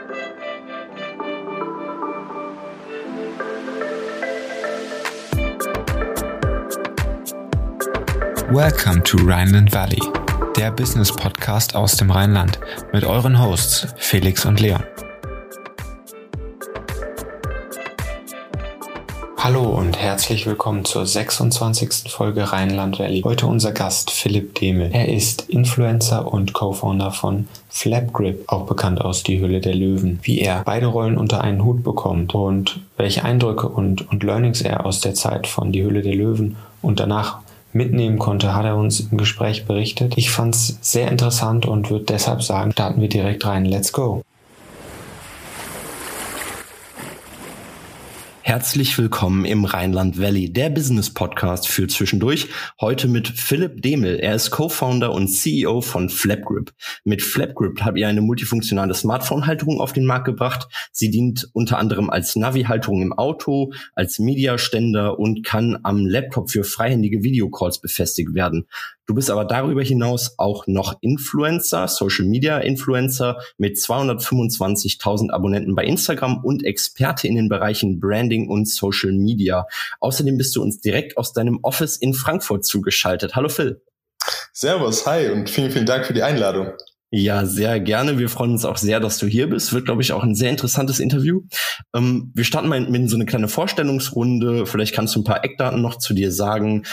Welcome to Rhineland Valley, der Business-Podcast aus dem Rheinland mit euren Hosts Felix und Leon. Hallo und herzlich willkommen zur 26. Folge Rhineland Valley. Heute unser Gast Philipp Demel. Er ist Influencer und Co-Founder von Flapgrip, auch bekannt aus Die Höhle der Löwen. Wie er beide Rollen unter einen Hut bekommt und welche Eindrücke und Learnings er aus der Zeit von Die Höhle der Löwen und danach mitnehmen konnte, hat er uns im Gespräch berichtet. Ich fand es sehr interessant und würde deshalb sagen, starten wir direkt rein. Let's go! Herzlich willkommen im Rhineland Valley, der Business-Podcast für zwischendurch. Heute mit Philipp Demel. Er ist Co-Founder und CEO von Flapgrip. Mit Flapgrip habt ihr eine multifunktionale Smartphone-Halterung auf den Markt gebracht. Sie dient unter anderem als Navi-Halterung im Auto, als Mediaständer und kann am Laptop für freihändige Videocalls befestigt werden. Du bist aber darüber hinaus auch noch Influencer, Social-Media-Influencer mit 225.000 Abonnenten bei Instagram und Experte in den Bereichen Branding und Social Media. Außerdem bist du uns direkt aus deinem Office in Frankfurt zugeschaltet. Hallo Phil. Servus, hi und vielen, vielen Dank für die Einladung. Ja, sehr gerne. Wir freuen uns auch sehr, dass du hier bist. Wird, glaube ich, auch ein sehr interessantes Interview. Wir starten mal mit so eine kleine Vorstellungsrunde. Vielleicht kannst du ein paar Eckdaten noch zu dir sagen.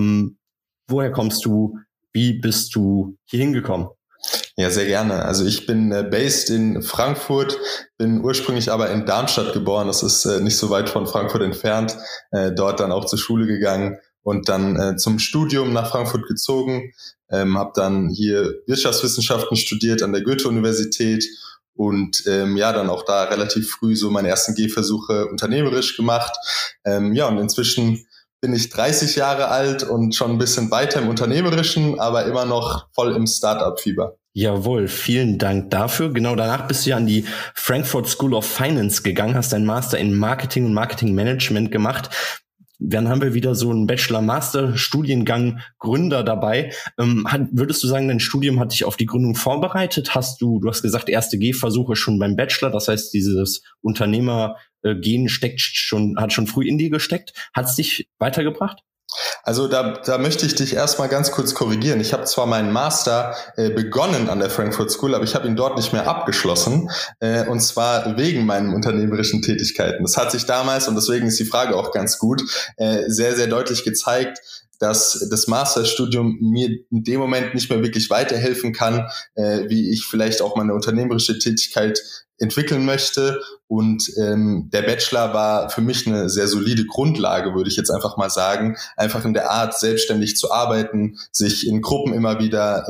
Woher kommst du? Wie bist du hier hingekommen? Ja, sehr gerne. Also ich bin based in Frankfurt, bin ursprünglich aber in Darmstadt geboren. Das ist nicht so weit von Frankfurt entfernt. Dort dann auch zur Schule gegangen und dann zum Studium nach Frankfurt gezogen. Habe dann hier Wirtschaftswissenschaften studiert an der Goethe-Universität und dann auch da relativ früh so meine ersten Gehversuche unternehmerisch gemacht. Und inzwischen bin ich 30 Jahre alt und schon ein bisschen weiter im Unternehmerischen, aber immer noch voll im Startup-Fieber. Jawohl, vielen Dank dafür. Genau danach bist du ja an die Frankfurt School of Finance gegangen, hast deinen Master in Marketing und Marketingmanagement gemacht. Dann haben wir wieder so einen Bachelor-Master-Studiengang Gründer dabei. Würdest du sagen, dein Studium hat dich auf die Gründung vorbereitet? Du hast gesagt, erste Gehversuche schon beim Bachelor. Das heißt, dieses Unternehmer-Gen hat schon früh in dir gesteckt. Hat es dich weitergebracht? Also da möchte ich dich erstmal ganz kurz korrigieren. Ich habe zwar meinen Master begonnen an der Frankfurt School, aber ich habe ihn dort nicht mehr abgeschlossen, und zwar wegen meinen unternehmerischen Tätigkeiten. Das hat sich damals, und deswegen ist die Frage auch ganz gut, sehr, sehr deutlich gezeigt, dass das Masterstudium mir in dem Moment nicht mehr wirklich weiterhelfen kann, wie ich vielleicht auch meine unternehmerische Tätigkeit entwickeln möchte. Und der Bachelor war für mich eine sehr solide Grundlage, würde ich jetzt einfach mal sagen, einfach in der Art, selbstständig zu arbeiten, sich in Gruppen immer wieder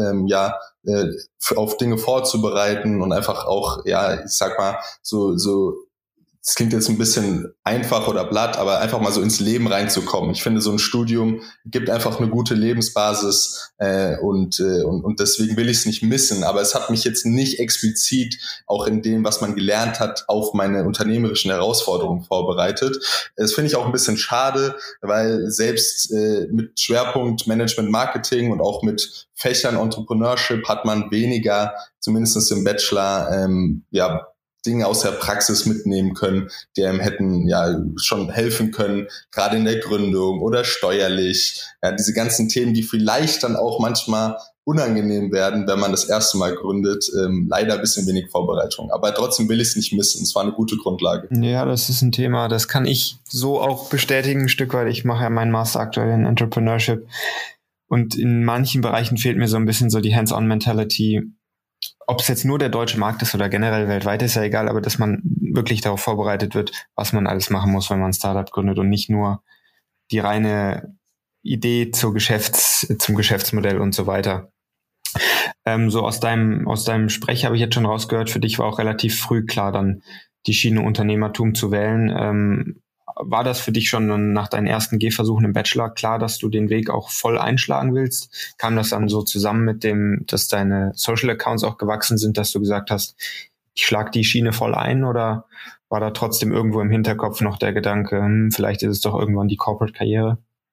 auf Dinge vorzubereiten und einfach auch, ich sag mal, so das klingt jetzt ein bisschen einfach oder platt, aber einfach mal so ins Leben reinzukommen. Ich finde, so ein Studium gibt einfach eine gute Lebensbasis und deswegen will ich es nicht missen. Aber es hat mich jetzt nicht explizit auch in dem, was man gelernt hat, auf meine unternehmerischen Herausforderungen vorbereitet. Das finde ich auch ein bisschen schade, weil selbst mit Schwerpunkt Management Marketing und auch mit Fächern Entrepreneurship hat man weniger, zumindest im Bachelor, Dinge aus der Praxis mitnehmen können, die einem hätten schon helfen können, gerade in der Gründung oder steuerlich. Ja, diese ganzen Themen, die vielleicht dann auch manchmal unangenehm werden, wenn man das erste Mal gründet. Leider ein bisschen wenig Vorbereitung. Aber trotzdem will ich es nicht missen. Es war eine gute Grundlage. Ja, das ist ein Thema, das kann ich so auch bestätigen, ein Stück weit. Ich mache ja meinen Master aktuell in Entrepreneurship und in manchen Bereichen fehlt mir so ein bisschen so die Hands-on-Mentality. Ob es jetzt nur der deutsche Markt ist oder generell weltweit, ist ja egal, aber dass man wirklich darauf vorbereitet wird, was man alles machen muss, wenn man ein Startup gründet und nicht nur die reine Idee zum Geschäftsmodell und so weiter. So aus deinem Sprech habe ich jetzt schon rausgehört, für dich war auch relativ früh klar, dann die Schiene Unternehmertum zu wählen. War das für dich schon nach deinen ersten Gehversuchen im Bachelor klar, dass du den Weg auch voll einschlagen willst? Kam das dann so zusammen mit dem, dass deine Social Accounts auch gewachsen sind, dass du gesagt hast, ich schlag die Schiene voll ein, oder war da trotzdem irgendwo im Hinterkopf noch der Gedanke, vielleicht ist es doch irgendwann die Corporate-Karriere?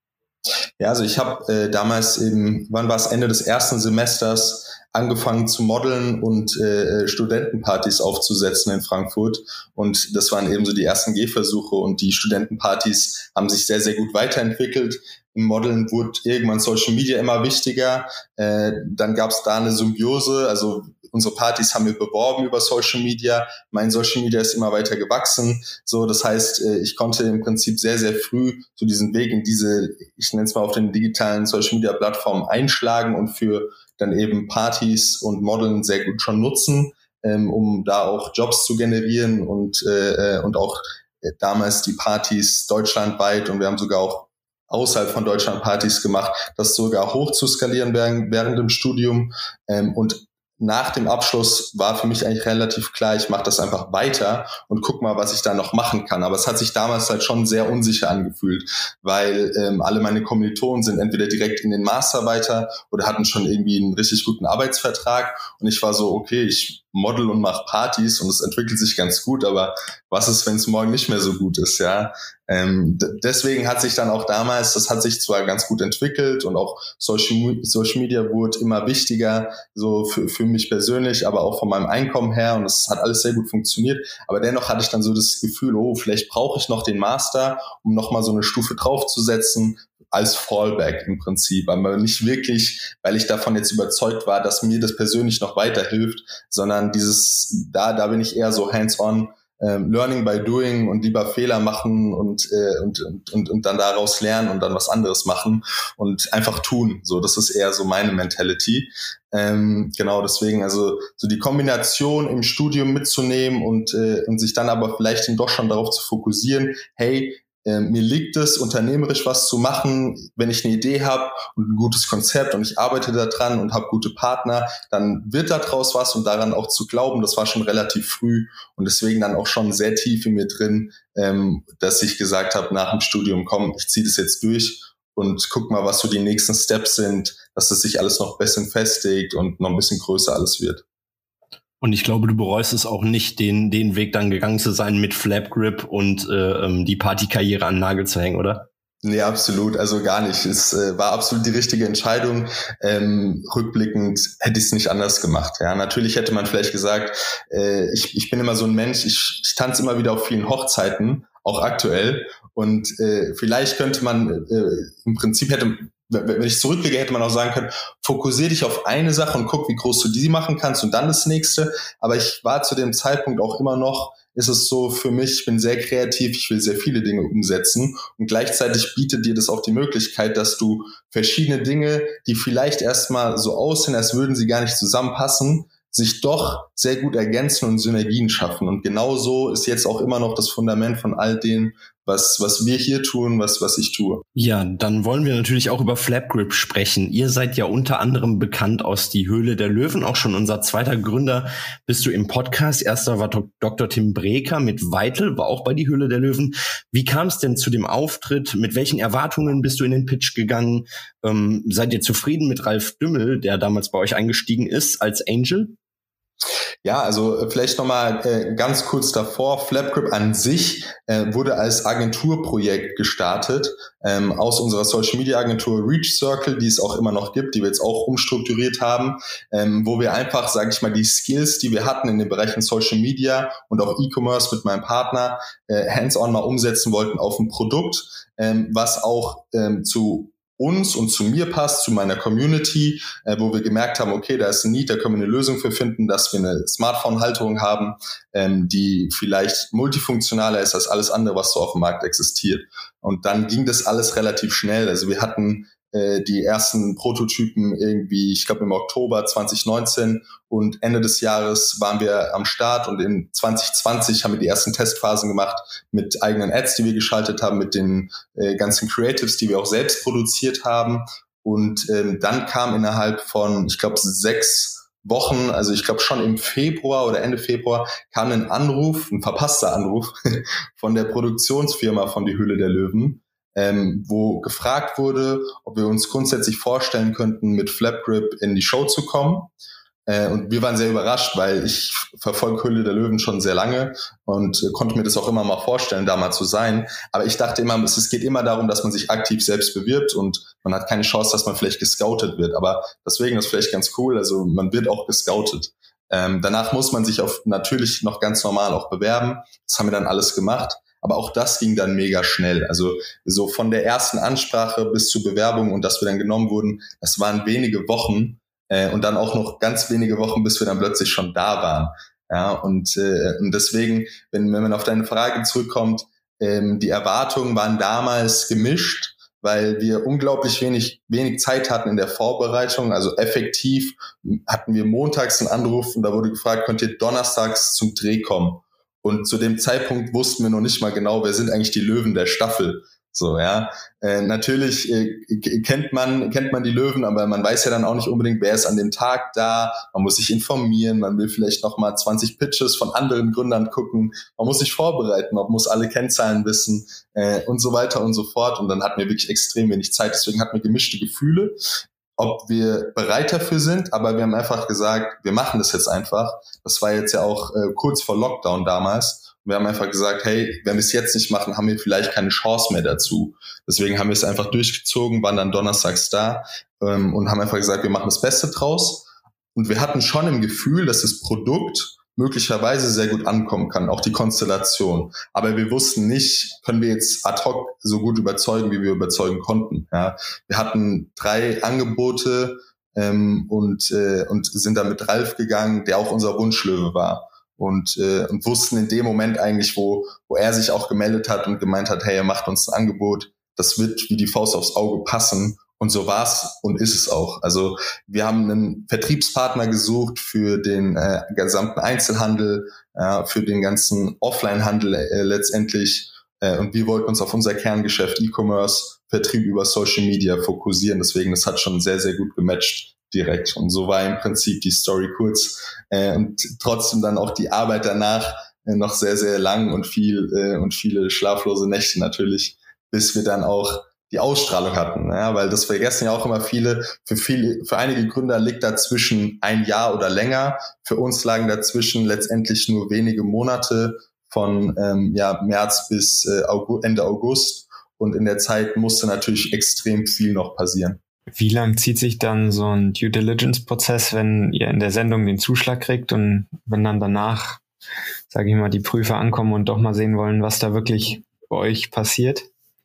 Ja, also ich habe damals eben, wann war es, Ende des ersten Semesters angefangen zu modeln und Studentenpartys aufzusetzen in Frankfurt. Und das waren eben so die ersten Gehversuche und die Studentenpartys haben sich sehr, sehr gut weiterentwickelt. Im Modeln wurde irgendwann Social Media immer wichtiger. Dann gab es da eine Symbiose, also unsere Partys haben wir beworben über Social Media. Mein Social Media ist immer weiter gewachsen. So, das heißt, ich konnte im Prinzip sehr, sehr früh so diesen Weg in diese, ich nenne es mal auf den digitalen Social Media Plattformen einschlagen und für dann eben Partys und Modeln sehr gut schon nutzen, um da auch Jobs zu generieren und auch damals die Partys deutschlandweit, und wir haben sogar auch außerhalb von Deutschland Partys gemacht, das sogar hoch zu skalieren während dem Studium. Und nach dem Abschluss war für mich eigentlich relativ klar, ich mache das einfach weiter und guck mal, was ich da noch machen kann. Aber es hat sich damals halt schon sehr unsicher angefühlt, weil alle meine Kommilitonen sind entweder direkt in den Master weiter oder hatten schon irgendwie einen richtig guten Arbeitsvertrag. Und ich war so, okay, ich model und mache Partys und es entwickelt sich ganz gut, aber was ist, wenn es morgen nicht mehr so gut ist, ja? Deswegen hat sich dann auch damals, das hat sich zwar ganz gut entwickelt und auch Social Media wurde immer wichtiger, so für mich persönlich, aber auch von meinem Einkommen her, und es hat alles sehr gut funktioniert, aber dennoch hatte ich dann so das Gefühl, oh, vielleicht brauche ich noch den Master, um nochmal so eine Stufe draufzusetzen, als Fallback im Prinzip, aber nicht wirklich, weil ich davon jetzt überzeugt war, dass mir das persönlich noch weiterhilft, sondern da bin ich eher so hands-on, Learning by doing und lieber Fehler machen und dann daraus lernen und dann was anderes machen und einfach tun. So, das ist eher so meine Mentality. Genau, deswegen also so die Kombination im Studium mitzunehmen und sich dann aber vielleicht doch schon darauf zu fokussieren, hey, mir liegt es, unternehmerisch was zu machen. Wenn ich eine Idee habe und ein gutes Konzept und ich arbeite da dran und habe gute Partner, dann wird da draus was, und daran auch zu glauben, das war schon relativ früh und deswegen dann auch schon sehr tief in mir drin, dass ich gesagt habe nach dem Studium, komm, ich ziehe das jetzt durch und guck mal, was so die nächsten Steps sind, dass das sich alles noch ein bisschen festigt und noch ein bisschen größer alles wird. Und ich glaube, du bereust es auch nicht, den Weg dann gegangen zu sein mit Flapgrip und die Partykarriere an den Nagel zu hängen, oder? Nee, absolut, also gar nicht. Es war absolut die richtige Entscheidung. Rückblickend hätte ich es nicht anders gemacht. Ja, natürlich hätte man vielleicht gesagt, ich bin immer so ein Mensch, ich tanze immer wieder auf vielen Hochzeiten, auch aktuell. Und vielleicht könnte man im Prinzip wenn ich zurückblicke, hätte man auch sagen können, fokussier dich auf eine Sache und guck, wie groß du die machen kannst und dann das nächste. Aber ich war zu dem Zeitpunkt auch immer noch, ist es so für mich, ich bin sehr kreativ, ich will sehr viele Dinge umsetzen und gleichzeitig bietet dir das auch die Möglichkeit, dass du verschiedene Dinge, die vielleicht erstmal so aussehen, als würden sie gar nicht zusammenpassen, sich doch sehr gut ergänzen und Synergien schaffen. Und genau so ist jetzt auch immer noch das Fundament von all dem, was wir hier tun, was ich tue. Ja, dann wollen wir natürlich auch über Flapgrip sprechen. Ihr seid ja unter anderem bekannt aus Die Höhle der Löwen, auch schon unser zweiter Gründer bist du im Podcast. Erster war Dr. Tim Breker mit Vital, war auch bei Die Höhle der Löwen. Wie kam es denn zu dem Auftritt? Mit welchen Erwartungen bist du in den Pitch gegangen? Seid ihr zufrieden mit Ralf Dümmel, der damals bei euch eingestiegen ist als Angel? Ja, also vielleicht nochmal ganz kurz davor. Flapgrip an sich wurde als Agenturprojekt gestartet aus unserer Social Media Agentur Reach Circle, die es auch immer noch gibt, die wir jetzt auch umstrukturiert haben, wo wir einfach, sage ich mal, die Skills, die wir hatten in den Bereichen Social Media und auch E-Commerce mit meinem Partner hands-on mal umsetzen wollten auf ein Produkt, was auch zu uns und zu mir passt, zu meiner Community, wo wir gemerkt haben, okay, da ist ein Need, da können wir eine Lösung für finden, dass wir eine Smartphone-Halterung haben, die vielleicht multifunktionaler ist als alles andere, was so auf dem Markt existiert. Und dann ging das alles relativ schnell. Also wir hatten die ersten Prototypen irgendwie, ich glaube im Oktober 2019 und Ende des Jahres waren wir am Start und in 2020 haben wir die ersten Testphasen gemacht mit eigenen Ads, die wir geschaltet haben, mit den ganzen Creatives, die wir auch selbst produziert haben und dann kam innerhalb von, ich glaube, 6 Wochen, also ich glaube schon im Februar oder Ende Februar, kam ein Anruf, ein verpasster Anruf von der Produktionsfirma von Die Höhle der Löwen, wo gefragt wurde, ob wir uns grundsätzlich vorstellen könnten, mit Flapgrip in die Show zu kommen. Und wir waren sehr überrascht, weil ich verfolge Höhle der Löwen schon sehr lange und konnte mir das auch immer mal vorstellen, da mal zu sein. Aber ich dachte immer, es geht immer darum, dass man sich aktiv selbst bewirbt und man hat keine Chance, dass man vielleicht gescoutet wird. Aber deswegen ist vielleicht ganz cool, also man wird auch gescoutet. Danach muss man sich natürlich noch ganz normal auch bewerben. Das haben wir dann alles gemacht. Aber auch das ging dann mega schnell. Also so von der ersten Ansprache bis zur Bewerbung und dass wir dann genommen wurden, das waren wenige Wochen. Und dann auch noch ganz wenige Wochen, bis wir dann plötzlich schon da waren. Ja, und deswegen, wenn man auf deine Frage zurückkommt, die Erwartungen waren damals gemischt, weil wir unglaublich wenig Zeit hatten in der Vorbereitung. Also effektiv hatten wir montags einen Anruf und da wurde gefragt, könnt ihr donnerstags zum Dreh kommen? Und zu dem Zeitpunkt wussten wir noch nicht mal genau, wer sind eigentlich die Löwen der Staffel. So, ja. Natürlich kennt man die Löwen, aber man weiß ja dann auch nicht unbedingt, wer ist an dem Tag da. Man muss sich informieren, man will vielleicht noch mal 20 Pitches von anderen Gründern gucken. Man muss sich vorbereiten, man muss alle Kennzahlen wissen und so weiter und so fort. Und dann hatten wir wirklich extrem wenig Zeit. Deswegen hatten wir gemischte Gefühle, ob wir bereit dafür sind. Aber wir haben einfach gesagt, wir machen das jetzt einfach. Das war jetzt ja auch kurz vor Lockdown damals. Wir haben einfach gesagt, hey, wenn wir es jetzt nicht machen, haben wir vielleicht keine Chance mehr dazu. Deswegen haben wir es einfach durchgezogen, waren dann donnerstags da und haben einfach gesagt, wir machen das Beste draus. Und wir hatten schon im Gefühl, dass das Produkt möglicherweise sehr gut ankommen kann, auch die Konstellation. Aber wir wussten nicht, können wir jetzt ad hoc so gut überzeugen, wie wir überzeugen konnten. Ja. Wir hatten 3 Angebote und sind dann mit Ralf gegangen, der auch unser Wunschlöwe war. Und wussten in dem Moment eigentlich, wo er sich auch gemeldet hat und gemeint hat, hey, er macht uns ein Angebot, das wird wie die Faust aufs Auge passen. Und so war's und ist es auch. Also wir haben einen Vertriebspartner gesucht für den gesamten Einzelhandel, für den ganzen Offline-Handel letztendlich. Und wir wollten uns auf unser Kerngeschäft E-Commerce, Vertrieb über Social Media fokussieren. Deswegen, das hat schon sehr, sehr gut gematcht direkt. Und so war im Prinzip die Story kurz und trotzdem dann auch die Arbeit danach noch sehr, sehr lang und viele schlaflose Nächte natürlich, bis wir dann auch die Ausstrahlung hatten. Ja, weil das vergessen ja auch immer viele. Für einige Gründer liegt dazwischen ein Jahr oder länger. Für uns lagen dazwischen letztendlich nur wenige Monate von März bis Ende August. Und in der Zeit musste natürlich extrem viel noch passieren. Wie lang zieht sich dann so ein Due Diligence-Prozess, wenn ihr in der Sendung den Zuschlag kriegt und wenn dann danach, sage ich mal, die Prüfer ankommen und doch mal sehen wollen, was da wirklich bei euch passiert?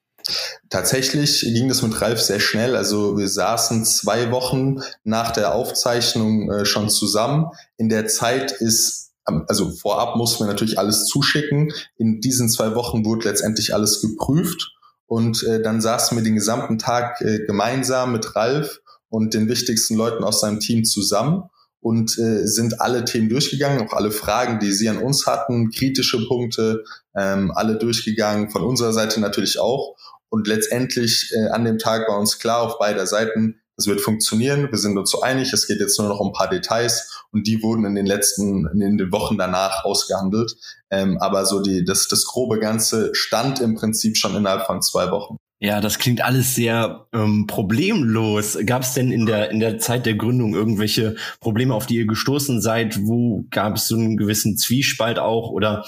Tatsächlich ging das mit Ralf sehr schnell. Also wir saßen 2 Wochen nach der Aufzeichnung schon zusammen. In der Zeit also vorab mussten wir natürlich alles zuschicken. In diesen 2 Wochen wurde letztendlich alles geprüft. Und dann saßen wir den gesamten Tag gemeinsam mit Ralf und den wichtigsten Leuten aus seinem Team zusammen und sind alle Themen durchgegangen, auch alle Fragen, die sie an uns hatten, kritische Punkte, alle durchgegangen, von unserer Seite natürlich auch. Und letztendlich an dem Tag war uns klar auf beider Seiten, es wird funktionieren, wir sind uns so einig, es geht jetzt nur noch um ein paar Details und die wurden in den Wochen danach ausgehandelt. Aber so das grobe Ganze stand im Prinzip schon innerhalb von 2 Wochen. Ja, das klingt alles sehr problemlos. Gab es denn in der Zeit der Gründung irgendwelche Probleme, auf die ihr gestoßen seid? Wo gab es so einen gewissen Zwiespalt auch? Oder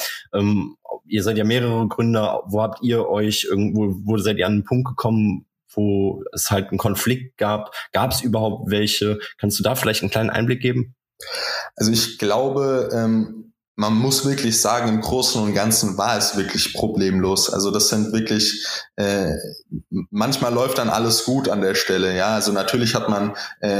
ihr seid ja mehrere Gründer. Wo habt ihr euch wo seid ihr an einen Punkt gekommen, wo es halt einen Konflikt gab? Gab es überhaupt welche? Kannst du da vielleicht einen kleinen Einblick geben? Also ich glaube, man muss wirklich sagen, im Großen und Ganzen war es wirklich problemlos. Also das sind wirklich, manchmal läuft dann alles gut an der Stelle. Ja, also natürlich hat man,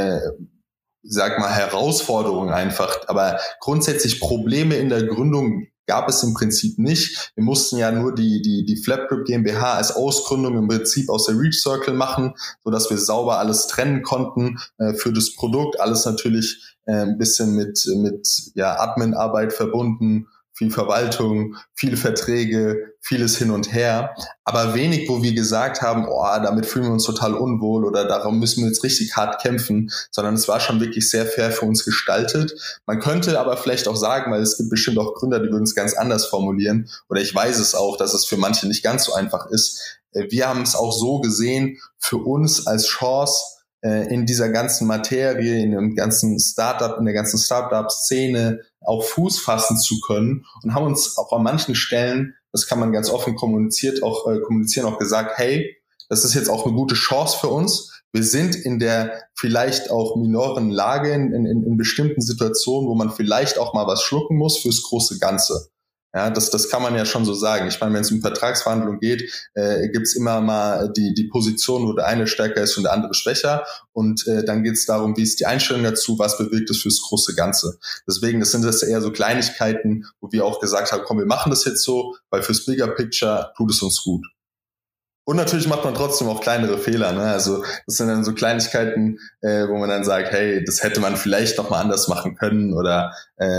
Herausforderungen einfach, aber grundsätzlich Probleme in der Gründung gab es im Prinzip nicht. Wir mussten ja nur die Flapgrip GmbH als Ausgründung im Prinzip aus der Reach Circle machen, so dass wir sauber alles trennen konnten für das Produkt. Alles natürlich ein bisschen mit Admin-Arbeit verbunden, viel Verwaltung, viele Verträge, vieles hin und her, aber wenig, wo wir gesagt haben, damit fühlen wir uns total unwohl oder darum müssen wir jetzt richtig hart kämpfen, sondern es war schon wirklich sehr fair für uns gestaltet. Man könnte aber vielleicht auch sagen, weil es gibt bestimmt auch Gründer, die würden es ganz anders formulieren oder ich weiß es auch, dass es für manche nicht ganz so einfach ist. Wir haben es auch so gesehen, für uns als Chance, in dieser ganzen Materie, in der ganzen Startup-Szene auch Fuß fassen zu können und haben uns auch an manchen Stellen, das kann man ganz offen kommunizieren, auch gesagt, hey, das ist jetzt auch eine gute Chance für uns. Wir sind in der vielleicht auch minoren Lage in bestimmten Situationen, wo man vielleicht auch mal was schlucken muss fürs große Ganze. Ja, das kann man ja schon so sagen. Ich meine, wenn es um Vertragsverhandlungen geht, gibt's immer mal die Position, wo der eine stärker ist und der andere schwächer. Und dann geht's darum, wie ist die Einstellung dazu, was bewirkt es fürs große Ganze. Deswegen, das sind eher so Kleinigkeiten, wo wir auch gesagt haben, komm, wir machen das jetzt so, weil fürs Bigger Picture tut es uns gut. Und natürlich macht man trotzdem auch kleinere Fehler, ne? Also das sind dann so Kleinigkeiten, wo man dann sagt, hey, das hätte man vielleicht noch mal anders machen können oder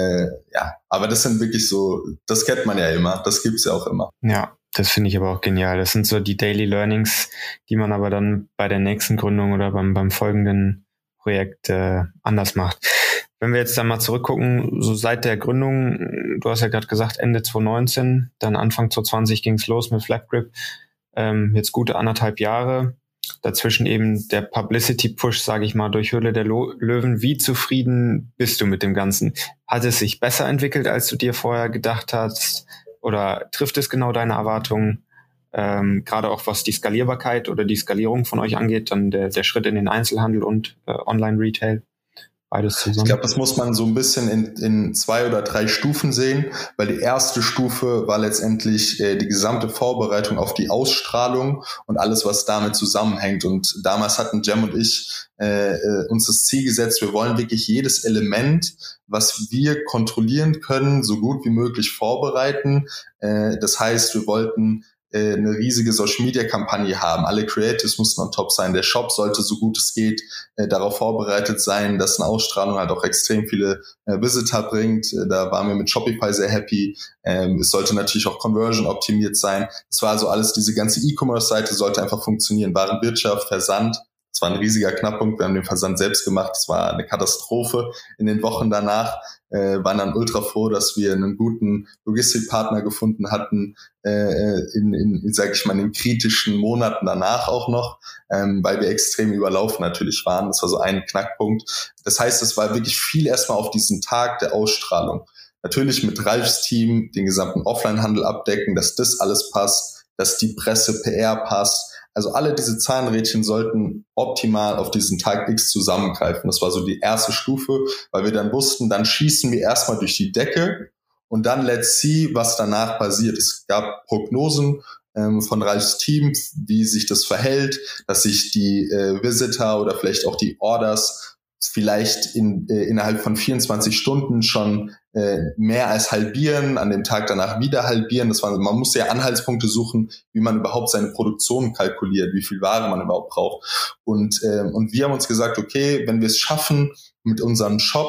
ja. Aber das sind wirklich so, das kennt man ja immer, das gibt's ja auch immer. Ja, das finde ich aber auch genial. Das sind so die Daily Learnings, die man aber dann bei der nächsten Gründung oder beim folgenden Projekt anders macht. Wenn wir jetzt dann mal zurückgucken, so seit der Gründung, du hast ja gerade gesagt Ende 2019, dann Anfang 2020 ging's los mit Flapgrip. Jetzt gute 1,5 Jahre. Dazwischen eben der Publicity-Push, sage ich mal, durch Höhle der Löwen. Wie zufrieden bist du mit dem Ganzen? Hat es sich besser entwickelt, als du dir vorher gedacht hast? Oder trifft es genau deine Erwartungen? Gerade auch was die Skalierbarkeit oder die Skalierung von euch angeht, dann der Schritt in den Einzelhandel und Online-Retail. Beides zusammen. Ich glaube, das muss man so ein bisschen in 2 oder 3 Stufen sehen, weil die erste Stufe war letztendlich die gesamte Vorbereitung auf die Ausstrahlung und alles, was damit zusammenhängt. Und damals hatten Cem und ich uns das Ziel gesetzt, wir wollen wirklich jedes Element, was wir kontrollieren können, so gut wie möglich vorbereiten. Das heißt, wir wollten eine riesige Social-Media-Kampagne haben. Alle Creatives mussten on top sein. Der Shop sollte, so gut es geht, darauf vorbereitet sein, dass eine Ausstrahlung halt auch extrem viele Visitor bringt. Da waren wir mit Shopify sehr happy. Es sollte natürlich auch Conversion optimiert sein. Das war also alles, diese ganze E-Commerce-Seite sollte einfach funktionieren. Warenwirtschaft, Versand. Das war ein riesiger Knackpunkt. Wir haben den Versand selbst gemacht. Das war eine Katastrophe. In den Wochen danach waren dann ultra froh, dass wir einen guten Logistikpartner gefunden hatten, sag ich mal, in den kritischen Monaten danach auch noch, weil wir extrem überlaufen natürlich waren. Das war so ein Knackpunkt. Das heißt, es war wirklich viel erstmal auf diesen Tag der Ausstrahlung. Natürlich mit Ralfs Team den gesamten Offline-Handel abdecken, dass das alles passt, dass die Presse, PR passt. Also alle diese Zahnrädchen sollten optimal auf diesen Tag X zusammengreifen. Das war so die erste Stufe, weil wir dann wussten, dann schießen wir erstmal durch die Decke und dann let's see, was danach passiert. Es gab Prognosen von Ralfs Team, wie sich das verhält, dass sich die Visitor oder vielleicht auch die Orders vielleicht innerhalb von 24 Stunden schon mehr als halbieren, an dem Tag danach wieder halbieren. Man muss ja Anhaltspunkte suchen, wie man überhaupt seine Produktion kalkuliert, wie viel Ware man überhaupt braucht. Und wir haben uns gesagt, okay, wenn wir es schaffen, mit unserem Shop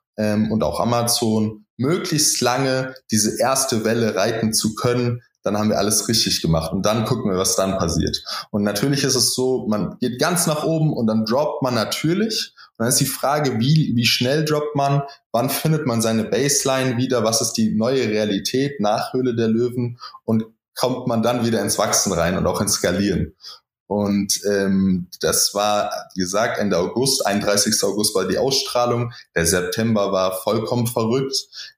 und auch Amazon möglichst lange diese erste Welle reiten zu können, dann haben wir alles richtig gemacht und dann gucken wir, was dann passiert. Und natürlich ist es so, man geht ganz nach oben und dann droppt man natürlich. Und dann ist die Frage, wie schnell droppt man, wann findet man seine Baseline wieder, was ist die neue Realität nach Höhle der Löwen und kommt man dann wieder ins Wachsen rein und auch ins Skalieren. Und das war, wie gesagt, Ende August, 31. August war die Ausstrahlung, der September war vollkommen verrückt,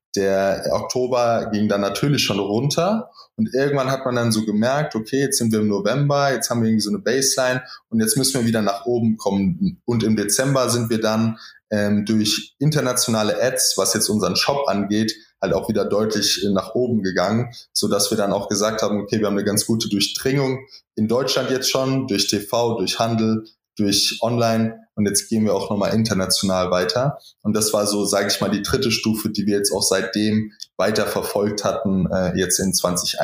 der Oktober ging dann natürlich schon runter. Und irgendwann hat man dann so gemerkt, okay, jetzt sind wir im November, jetzt haben wir irgendwie so eine Baseline und jetzt müssen wir wieder nach oben kommen. Und im Dezember sind wir dann durch internationale Ads, was jetzt unseren Shop angeht, halt auch wieder deutlich nach oben gegangen, so dass wir dann auch gesagt haben, okay, wir haben eine ganz gute Durchdringung in Deutschland jetzt schon, durch TV, durch Handel, durch Online und jetzt gehen wir auch nochmal international weiter. Und das war so, sage ich mal, die dritte Stufe, die wir jetzt auch seitdem weiter verfolgt hatten, jetzt in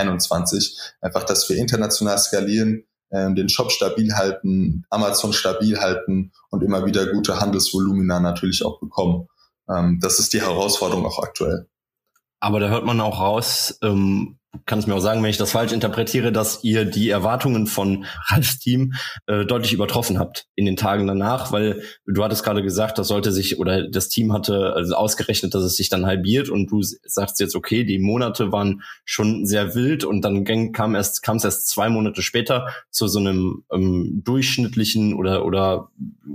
2021. Einfach, dass wir international skalieren, den Shop stabil halten, Amazon stabil halten und immer wieder gute Handelsvolumina natürlich auch bekommen. Das ist die Herausforderung auch aktuell. Aber da hört man auch raus, kann es mir auch sagen, wenn ich das falsch interpretiere, dass ihr die Erwartungen von Ralfs Team deutlich übertroffen habt in den Tagen danach, weil du hattest gerade gesagt, das sollte sich, oder das Team hatte also ausgerechnet, dass es sich dann halbiert und du sagst jetzt, okay, die Monate waren schon sehr wild und dann kam es erst 2 Monate später zu so einem durchschnittlichen oder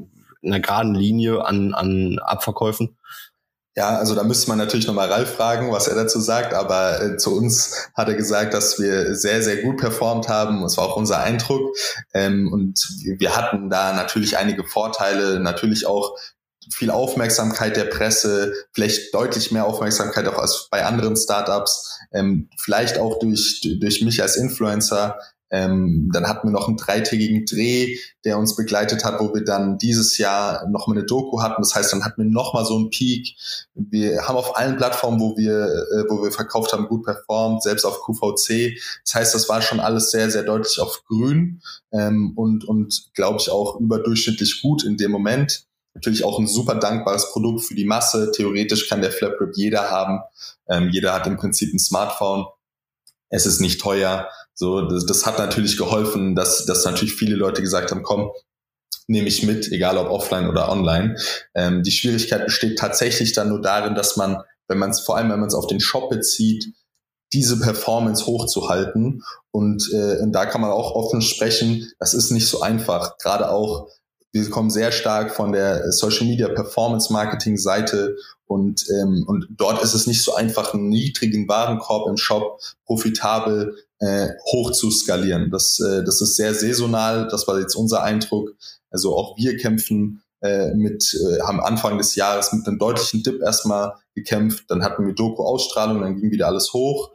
einer geraden Linie an Abverkäufen? Ja, also da müsste man natürlich nochmal Ralf fragen, was er dazu sagt, aber zu uns hat er gesagt, dass wir sehr, sehr gut performt haben. Das war auch unser Eindruck. Und wir hatten da natürlich einige Vorteile, natürlich auch viel Aufmerksamkeit der Presse, vielleicht deutlich mehr Aufmerksamkeit auch als bei anderen Startups, vielleicht auch durch mich als Influencer. Dann hatten wir noch einen 3-tägigen Dreh, der uns begleitet hat, wo wir dann dieses Jahr noch mal eine Doku hatten. Das heißt, dann hatten wir noch mal so einen Peak. Wir haben auf allen Plattformen, wo wir verkauft haben, gut performt, selbst auf QVC. Das heißt, das war schon alles sehr, sehr deutlich auf grün, und glaube ich auch überdurchschnittlich gut in dem Moment. Natürlich auch ein super dankbares Produkt für die Masse. Theoretisch kann der Flapgrip jeder haben. Jeder hat im Prinzip ein Smartphone. Es ist nicht teuer. So, das hat natürlich geholfen, dass natürlich viele Leute gesagt haben, komm, nehme ich mit, egal ob offline oder online. Die Schwierigkeit besteht tatsächlich dann nur darin, dass man, wenn man es auf den Shop bezieht, diese Performance hochzuhalten. Und da kann man auch offen sprechen, das ist nicht so einfach. Gerade auch, wir kommen sehr stark von der Social Media Performance Marketing Seite und dort ist es nicht so einfach, einen niedrigen Warenkorb im Shop profitabel hoch zu skalieren. Das ist sehr saisonal. Das war jetzt unser Eindruck. Also auch wir kämpfen haben Anfang des Jahres mit einem deutlichen Dip erstmal gekämpft. Dann hatten wir Doku-Ausstrahlung, dann ging wieder alles hoch.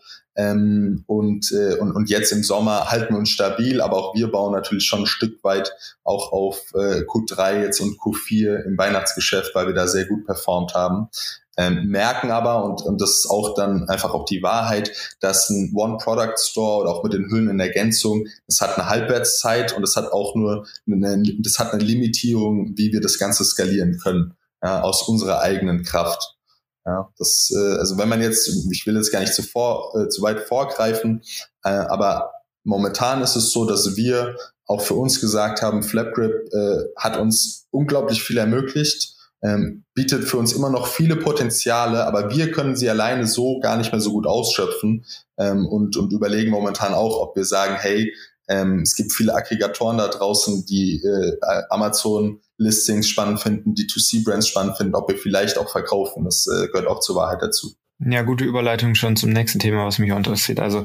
Und jetzt im Sommer halten wir uns stabil, aber auch wir bauen natürlich schon ein Stück weit auch auf Q3 jetzt und Q4 im Weihnachtsgeschäft, weil wir da sehr gut performt haben. Merken aber, und das ist auch dann einfach auch die Wahrheit, dass ein One-Product-Store oder auch mit den Hüllen in Ergänzung, das hat eine Halbwertszeit und das hat auch nur eine Limitierung, wie wir das Ganze skalieren können, ja, aus unserer eigenen Kraft. Ja, also wenn man jetzt, ich will jetzt gar nicht zu weit vorgreifen, aber momentan ist es so, dass wir auch für uns gesagt haben, Flapgrip hat uns unglaublich viel ermöglicht, bietet für uns immer noch viele Potenziale, aber wir können sie alleine so gar nicht mehr so gut ausschöpfen, und überlegen momentan auch, ob wir sagen, hey, es gibt viele Aggregatoren da draußen, die Amazon-Listings spannend finden, die 2C-Brands spannend finden, ob wir vielleicht auch verkaufen. Das gehört auch zur Wahrheit dazu. Ja, gute Überleitung schon zum nächsten Thema, was mich auch interessiert. Also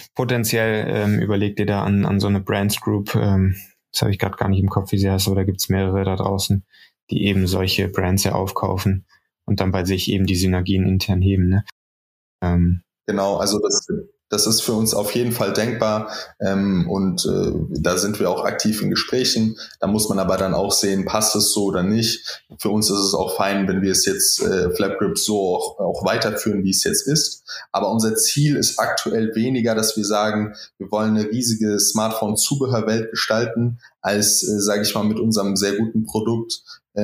potenziell überlegt ihr da an so eine Brands Group, das habe ich gerade gar nicht im Kopf, wie sie heißt, aber da gibt es mehrere da draußen, die eben solche Brands ja aufkaufen und dann bei sich eben die Synergien intern heben. Ne? Genau, also das ist für uns auf jeden Fall denkbar, und da sind wir auch aktiv in Gesprächen. Da muss man aber dann auch sehen, passt es so oder nicht. Für uns ist es auch fein, wenn wir es jetzt Flapgrip so auch weiterführen, wie es jetzt ist. Aber unser Ziel ist aktuell weniger, dass wir sagen, wir wollen eine riesige Smartphone-Zubehörwelt gestalten, als, sage ich mal, mit unserem sehr guten Produkt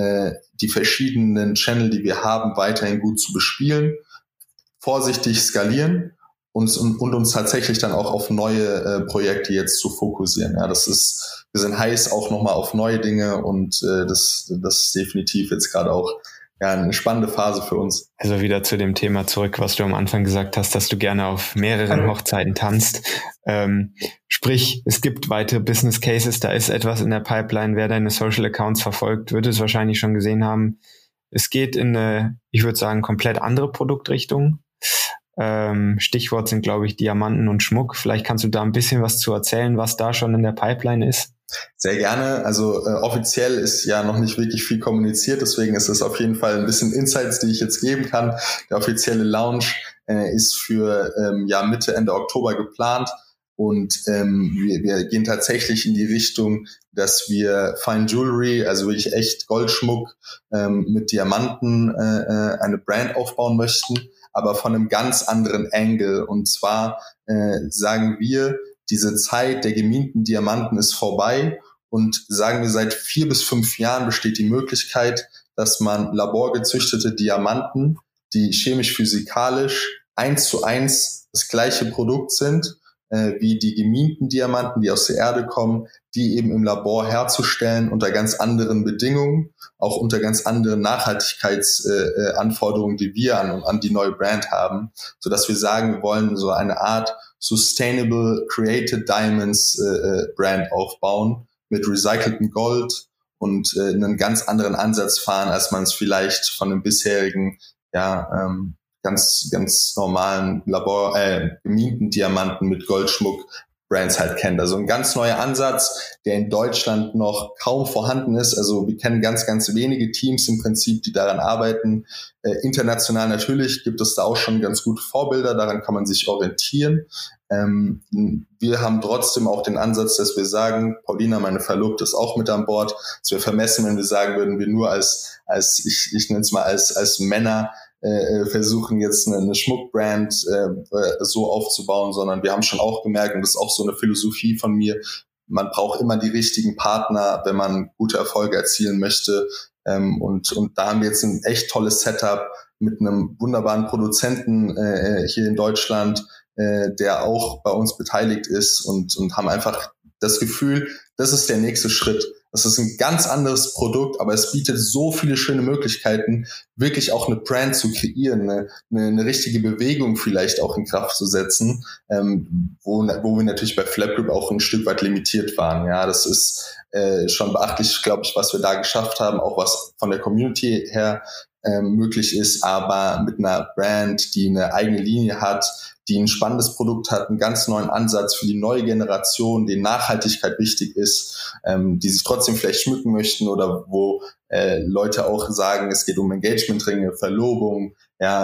die verschiedenen Channel, die wir haben, weiterhin gut zu bespielen, vorsichtig skalieren und uns tatsächlich dann auch auf neue Projekte jetzt zu fokussieren. Ja, wir sind heiß auch nochmal auf neue Dinge und das ist definitiv jetzt gerade auch eine spannende Phase für uns. Also wieder zu dem Thema zurück, was du am Anfang gesagt hast, dass du gerne auf mehreren Hochzeiten tanzt. Sprich, es gibt weitere Business Cases, da ist etwas in der Pipeline. Wer deine Social Accounts verfolgt, wird es wahrscheinlich schon gesehen haben. Es geht in eine, ich würde sagen, komplett andere Produktrichtung. Stichwort sind, glaube ich, Diamanten und Schmuck. Vielleicht kannst du da ein bisschen was zu erzählen, was da schon in der Pipeline ist. Sehr gerne. Also offiziell ist ja noch nicht wirklich viel kommuniziert, deswegen ist es auf jeden Fall ein bisschen Insights, die ich jetzt geben kann. Der offizielle Launch ist für Mitte, Ende Oktober geplant und wir gehen tatsächlich in die Richtung, dass wir Fine Jewelry, also wirklich echt Goldschmuck mit Diamanten eine Brand aufbauen möchten, aber von einem ganz anderen Angle. Und zwar sagen wir, diese Zeit der gemienten Diamanten ist vorbei und sagen wir, seit 4 bis 5 Jahren besteht die Möglichkeit, dass man laborgezüchtete Diamanten, die chemisch-physikalisch 1:1 das gleiche Produkt sind, wie die gemienten Diamanten, die aus der Erde kommen, die eben im Labor herzustellen unter ganz anderen Bedingungen, auch unter ganz anderen Nachhaltigkeitsanforderungen, die wir an die neue Brand haben, sodass wir sagen, wir wollen so eine Art Sustainable Created Diamonds Brand aufbauen mit recyceltem Gold und einen ganz anderen Ansatz fahren, als man es vielleicht von einem bisherigen, ganz normalen gemienten Diamanten mit Goldschmuck Brands halt kennt. Also ein ganz neuer Ansatz, der in Deutschland noch kaum vorhanden ist. Also wir kennen ganz, ganz wenige Teams im Prinzip, die daran arbeiten. International natürlich gibt es da auch schon ganz gute Vorbilder, daran kann man sich orientieren. Wir haben trotzdem auch den Ansatz, dass wir sagen, Paulina, meine Verlobte, ist auch mit an Bord. Es wäre vermessen, wenn wir sagen würden, wir nur ich nenne es mal als Männer versuchen jetzt eine Schmuckbrand so aufzubauen, sondern wir haben schon auch gemerkt, und das ist auch so eine Philosophie von mir, man braucht immer die richtigen Partner, wenn man gute Erfolge erzielen möchte. Und da haben wir jetzt ein echt tolles Setup mit einem wunderbaren Produzenten hier in Deutschland, der auch bei uns beteiligt ist und haben einfach das Gefühl, das ist der nächste Schritt. Das ist ein ganz anderes Produkt, aber es bietet so viele schöne Möglichkeiten, wirklich auch eine Brand zu kreieren, eine richtige Bewegung vielleicht auch in Kraft zu setzen, wo wir natürlich bei Flapgrip auch ein Stück weit limitiert waren. Ja, das ist schon beachtlich, glaube ich, was wir da geschafft haben, auch was von der Community her möglich ist, aber mit einer Brand, die eine eigene Linie hat, die ein spannendes Produkt hat, einen ganz neuen Ansatz für die neue Generation, denen Nachhaltigkeit wichtig ist, die sich trotzdem vielleicht schmücken möchten oder wo Leute auch sagen, es geht um Engagementringe, Verlobung,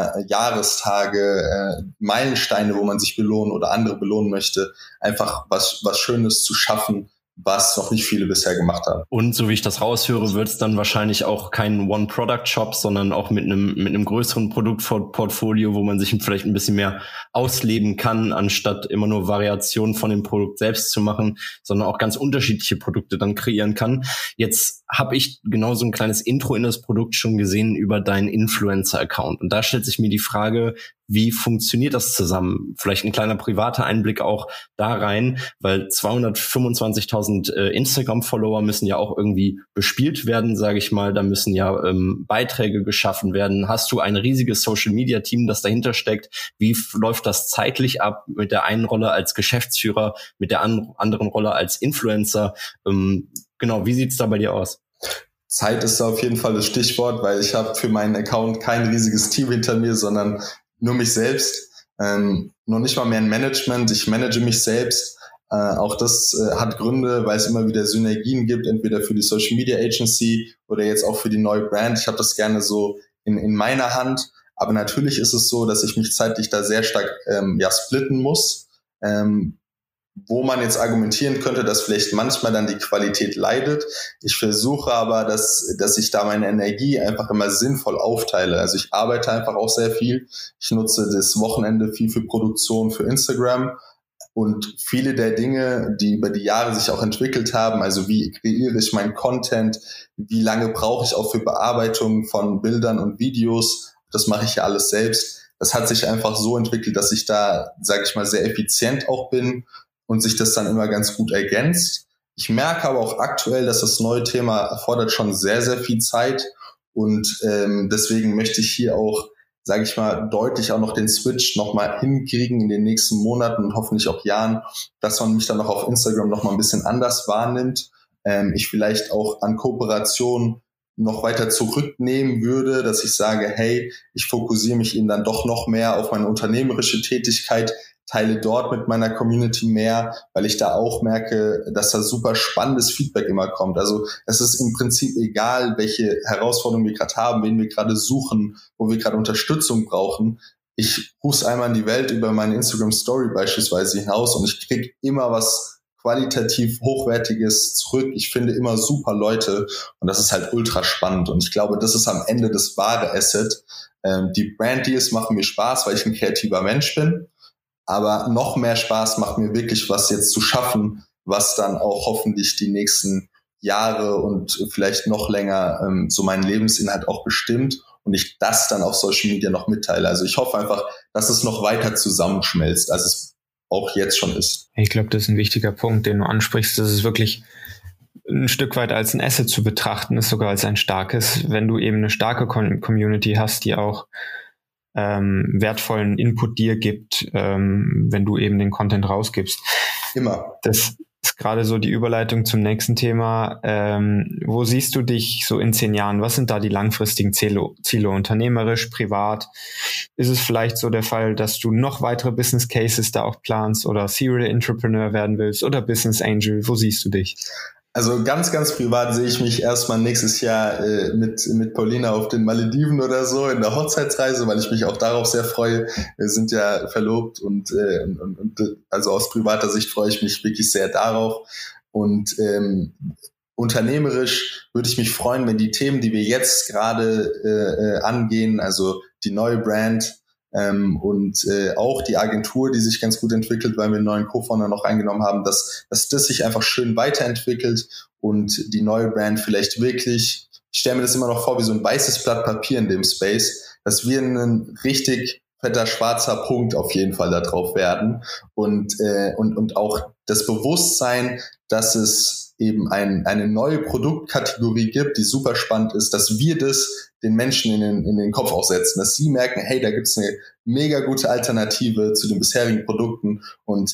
Jahrestage, Meilensteine, wo man sich belohnen oder andere belohnen möchte, einfach was Schönes zu schaffen, was noch nicht viele bisher gemacht haben. Und so wie ich das raushöre, wird es dann wahrscheinlich auch kein One-Product-Shop, sondern auch mit einem größeren Produktportfolio, wo man sich vielleicht ein bisschen mehr ausleben kann, anstatt immer nur Variationen von dem Produkt selbst zu machen, sondern auch ganz unterschiedliche Produkte dann kreieren kann. Jetzt habe ich genau so ein kleines Intro in das Produkt schon gesehen über deinen Influencer-Account. Und da stellt sich mir die Frage, wie funktioniert das zusammen? Vielleicht ein kleiner privater Einblick auch da rein, weil 225.000 Instagram-Follower müssen ja auch irgendwie bespielt werden, sage ich mal. Da müssen ja Beiträge geschaffen werden. Hast du ein riesiges Social-Media-Team, das dahinter steckt? Wie läuft das zeitlich ab mit der einen Rolle als Geschäftsführer, mit der anderen Rolle als Influencer? Genau, wie sieht's da bei dir aus? Zeit ist da auf jeden Fall das Stichwort, weil ich habe für meinen Account kein riesiges Team hinter mir, sondern nur mich selbst. Noch nicht mal mehr ein Management. Ich manage mich selbst. Auch das hat Gründe, weil es immer wieder Synergien gibt, entweder für die Social Media Agency oder jetzt auch für die neue Brand. Ich habe das gerne so in meiner Hand. Aber natürlich ist es so, dass ich mich zeitlich da sehr stark splitten muss. Wo man jetzt argumentieren könnte, dass vielleicht manchmal dann die Qualität leidet. Ich versuche aber, dass ich da meine Energie einfach immer sinnvoll aufteile. Also ich arbeite einfach auch sehr viel. Ich nutze das Wochenende viel für Produktion für Instagram und viele der Dinge, die über die Jahre sich auch entwickelt haben, also wie kreiere ich meinen Content, wie lange brauche ich auch für Bearbeitung von Bildern und Videos, das mache ich ja alles selbst. Das hat sich einfach so entwickelt, dass ich da, sage ich mal, sehr effizient auch bin und sich das dann immer ganz gut ergänzt. Ich merke aber auch aktuell, dass das neue Thema erfordert schon sehr, sehr viel Zeit und deswegen möchte ich hier auch, sage ich mal, deutlich auch noch den Switch nochmal hinkriegen in den nächsten Monaten und hoffentlich auch Jahren, dass man mich dann noch auf Instagram nochmal ein bisschen anders wahrnimmt. Ich vielleicht auch an Kooperationen noch weiter zurücknehmen würde, dass ich sage, hey, ich fokussiere mich eben dann doch noch mehr auf meine unternehmerische Tätigkeit, teile dort mit meiner Community mehr, weil ich da auch merke, dass da super spannendes Feedback immer kommt. Also es ist im Prinzip egal, welche Herausforderungen wir gerade haben, wen wir gerade suchen, wo wir gerade Unterstützung brauchen. Ich rufe einmal in die Welt über meine Instagram-Story beispielsweise hinaus und ich kriege immer was qualitativ Hochwertiges zurück. Ich finde immer super Leute und das ist halt ultra spannend. Und ich glaube, das ist am Ende das wahre Asset. Die Brand-Deals machen mir Spaß, weil ich ein kreativer Mensch bin. Aber noch mehr Spaß macht mir wirklich, was jetzt zu schaffen, was dann auch hoffentlich die nächsten Jahre und vielleicht noch länger so meinen Lebensinhalt auch bestimmt und ich das dann auf Social Media noch mitteile. Also ich hoffe einfach, dass es noch weiter zusammenschmelzt, als es auch jetzt schon ist. Ich glaube, das ist ein wichtiger Punkt, den du ansprichst. Das ist wirklich ein Stück weit als ein Asset zu betrachten, ist sogar als ein starkes, wenn du eben eine starke Community hast, die auch wertvollen Input dir gibt, wenn du eben den Content rausgibst. Immer. ist gerade so die Überleitung zum nächsten Thema. Wo siehst du dich so in 10 Jahren? Was sind da die langfristigen Ziele unternehmerisch, privat? Ist es vielleicht so der Fall, dass du noch weitere Business Cases da auch planst oder Serial Entrepreneur werden willst oder Business Angel? Wo siehst du dich? Also ganz, ganz privat sehe ich mich erstmal nächstes Jahr mit Paulina auf den Malediven oder so in der Hochzeitsreise, weil ich mich auch darauf sehr freue. Wir sind ja verlobt und also aus privater Sicht freue ich mich wirklich sehr darauf. Und unternehmerisch würde ich mich freuen, wenn die Themen, die wir jetzt gerade angehen, also die neue Brand, und auch die Agentur, die sich ganz gut entwickelt, weil wir einen neuen Co-Founder noch eingenommen haben, dass das sich einfach schön weiterentwickelt und die neue Brand vielleicht wirklich, ich stelle mir das immer noch vor wie so ein weißes Blatt Papier in dem Space, dass wir ein richtig fetter schwarzer Punkt auf jeden Fall da drauf werden und auch das Bewusstsein, dass es eben eine neue Produktkategorie gibt, die super spannend ist, dass wir das den Menschen in den Kopf auch setzen, dass sie merken, hey, da gibt's eine mega gute Alternative zu den bisherigen Produkten und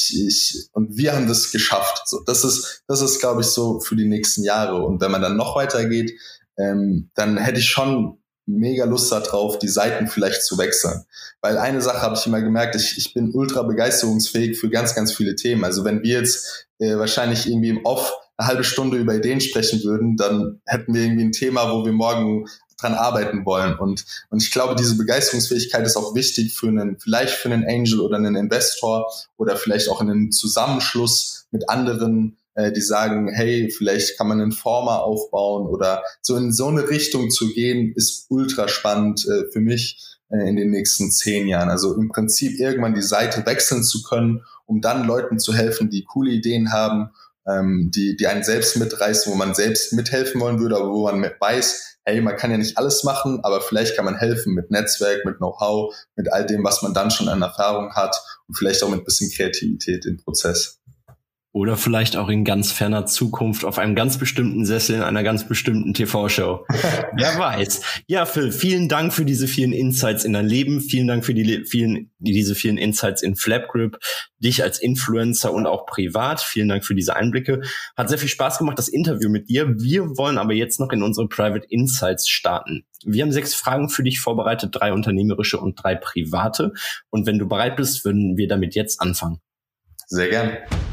und wir haben das geschafft. So, das ist, glaube ich, so für die nächsten Jahre. Und wenn man dann noch weitergeht, dann hätte ich schon mega Lust darauf, die Seiten vielleicht zu wechseln. Weil eine Sache habe ich immer gemerkt, ich bin ultra begeisterungsfähig für ganz, ganz viele Themen. Also wenn wir jetzt wahrscheinlich irgendwie im Off eine halbe Stunde über Ideen sprechen würden, dann hätten wir irgendwie ein Thema, wo wir morgen dran arbeiten wollen. Und ich glaube, diese Begeisterungsfähigkeit ist auch wichtig vielleicht für einen Angel oder einen Investor oder vielleicht auch in einem Zusammenschluss mit anderen, die sagen, hey, vielleicht kann man einen Former aufbauen oder so in so eine Richtung zu gehen, ist ultra spannend für mich in den nächsten 10 Jahren. Also im Prinzip irgendwann die Seite wechseln zu können, um dann Leuten zu helfen, die coole Ideen haben, die einen selbst mitreißen, wo man selbst mithelfen wollen würde, aber wo man weiß, hey, man kann ja nicht alles machen, aber vielleicht kann man helfen mit Netzwerk, mit Know-how, mit all dem, was man dann schon an Erfahrung hat und vielleicht auch mit ein bisschen Kreativität im Prozess. Oder vielleicht auch in ganz ferner Zukunft auf einem ganz bestimmten Sessel in einer ganz bestimmten TV-Show. Wer weiß. Ja, Phil, vielen Dank für diese vielen Insights in dein Leben. Vielen Dank für diese vielen Insights in Flapgrip, dich als Influencer und auch privat. Vielen Dank für diese Einblicke. Hat sehr viel Spaß gemacht, das Interview mit dir. Wir wollen aber jetzt noch in unsere Private Insights starten. Wir haben 6 Fragen für dich vorbereitet, 3 unternehmerische und 3 private. Und wenn du bereit bist, würden wir damit jetzt anfangen. Sehr gern.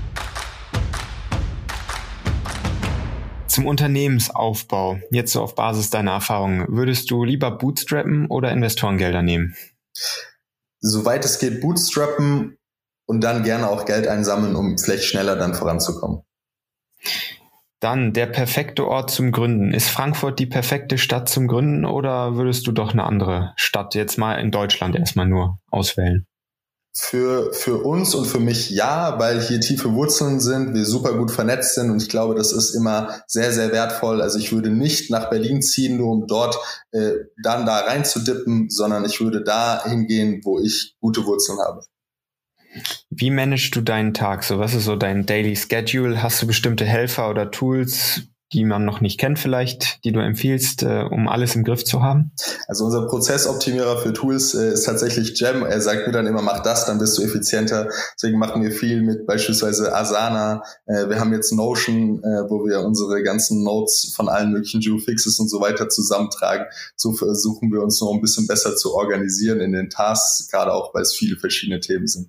Zum Unternehmensaufbau, jetzt so auf Basis deiner Erfahrungen, würdest du lieber bootstrappen oder Investorengelder nehmen? Soweit es geht, bootstrappen und dann gerne auch Geld einsammeln, um vielleicht schneller dann voranzukommen. Dann der perfekte Ort zum Gründen. Ist Frankfurt die perfekte Stadt zum Gründen oder würdest du doch eine andere Stadt jetzt mal in Deutschland erstmal nur auswählen? Für uns und für mich ja, weil hier tiefe Wurzeln sind, wir super gut vernetzt sind und ich glaube, das ist immer sehr, sehr wertvoll. Also ich würde nicht nach Berlin ziehen, nur um dort dann da reinzudippen, sondern ich würde da hingehen, wo ich gute Wurzeln habe. Wie managst du deinen Tag? So, was ist so dein Daily Schedule? Hast du bestimmte Helfer oder Tools, die man noch nicht kennt vielleicht, die du empfiehlst, um alles im Griff zu haben? Also unser Prozessoptimierer für Tools ist tatsächlich Jem. Er sagt mir dann immer, mach das, dann bist du effizienter. Deswegen machen wir viel mit beispielsweise Asana. Wir haben jetzt Notion, wo wir unsere ganzen Notes von allen möglichen Geofixes und so weiter zusammentragen. So versuchen wir uns noch ein bisschen besser zu organisieren in den Tasks, gerade auch, weil es viele verschiedene Themen sind.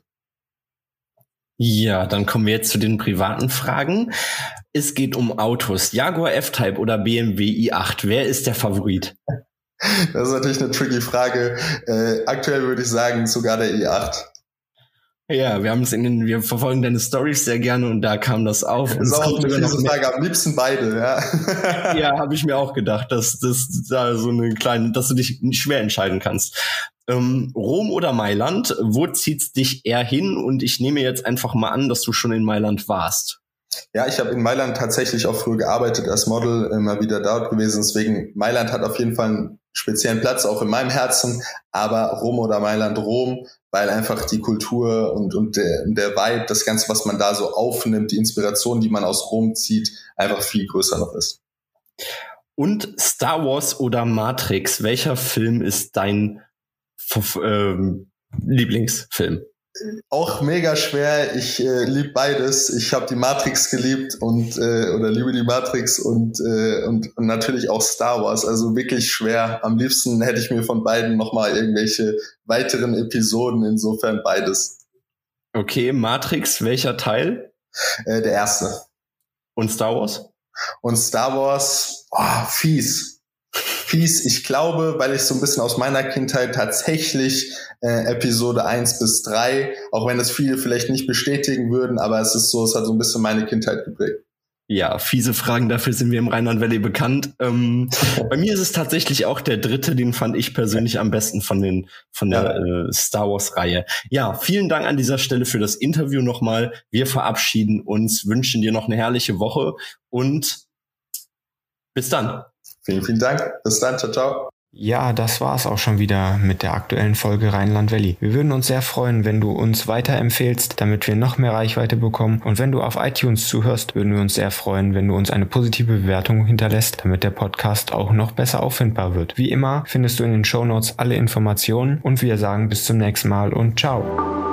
Ja, dann kommen wir jetzt zu den privaten Fragen. Es geht um Autos. Jaguar F-Type oder BMW i8. Wer ist der Favorit? Das ist natürlich eine tricky Frage. Aktuell würde ich sagen, sogar der i8. Ja, wir verfolgen deine Stories sehr gerne und da kam das auf. Das ist auch eine fiese Frage. Am liebsten beide, ja. Ja, habe ich mir auch gedacht, dass da so eine kleine, dass du dich schwer entscheiden kannst. Rom oder Mailand, wo zieht's dich eher hin? Und ich nehme jetzt einfach mal an, dass du schon in Mailand warst. Ja, ich habe in Mailand tatsächlich auch früher gearbeitet als Model, immer wieder dort gewesen. Deswegen, Mailand hat auf jeden Fall einen speziellen Platz, auch in meinem Herzen. Aber Rom oder Mailand, Rom, weil einfach die Kultur und der Vibe, das Ganze, was man da so aufnimmt, die Inspiration, die man aus Rom zieht, einfach viel größer noch ist. Und Star Wars oder Matrix, welcher Film ist dein Lieblingsfilm? Auch mega schwer. Ich liebe beides. Ich habe die Matrix geliebt oder liebe die Matrix und natürlich auch Star Wars. Also wirklich schwer. Am liebsten hätte ich mir von beiden nochmal irgendwelche weiteren Episoden. Insofern beides. Okay, Matrix, welcher Teil? Der erste. Und Star Wars? Und Star Wars, fies. Ich glaube, weil ich so ein bisschen aus meiner Kindheit tatsächlich Episode 1 bis 3, auch wenn es viele vielleicht nicht bestätigen würden, aber es ist so, es hat so ein bisschen meine Kindheit geprägt. Ja, fiese Fragen, dafür sind wir im Rheinland Valley bekannt. Bei mir ist es tatsächlich auch der dritte, den fand ich persönlich am besten von der Star Wars Reihe. Ja, vielen Dank an dieser Stelle für das Interview nochmal. Wir verabschieden uns, wünschen dir noch eine herrliche Woche und bis dann. Vielen, vielen Dank. Bis dann. Ciao, ciao. Ja, das war's auch schon wieder mit der aktuellen Folge Rheinland Valley. Wir würden uns sehr freuen, wenn du uns weiterempfehlst, damit wir noch mehr Reichweite bekommen. Und wenn du auf iTunes zuhörst, würden wir uns sehr freuen, wenn du uns eine positive Bewertung hinterlässt, damit der Podcast auch noch besser auffindbar wird. Wie immer findest du in den Shownotes alle Informationen und wir sagen bis zum nächsten Mal und ciao.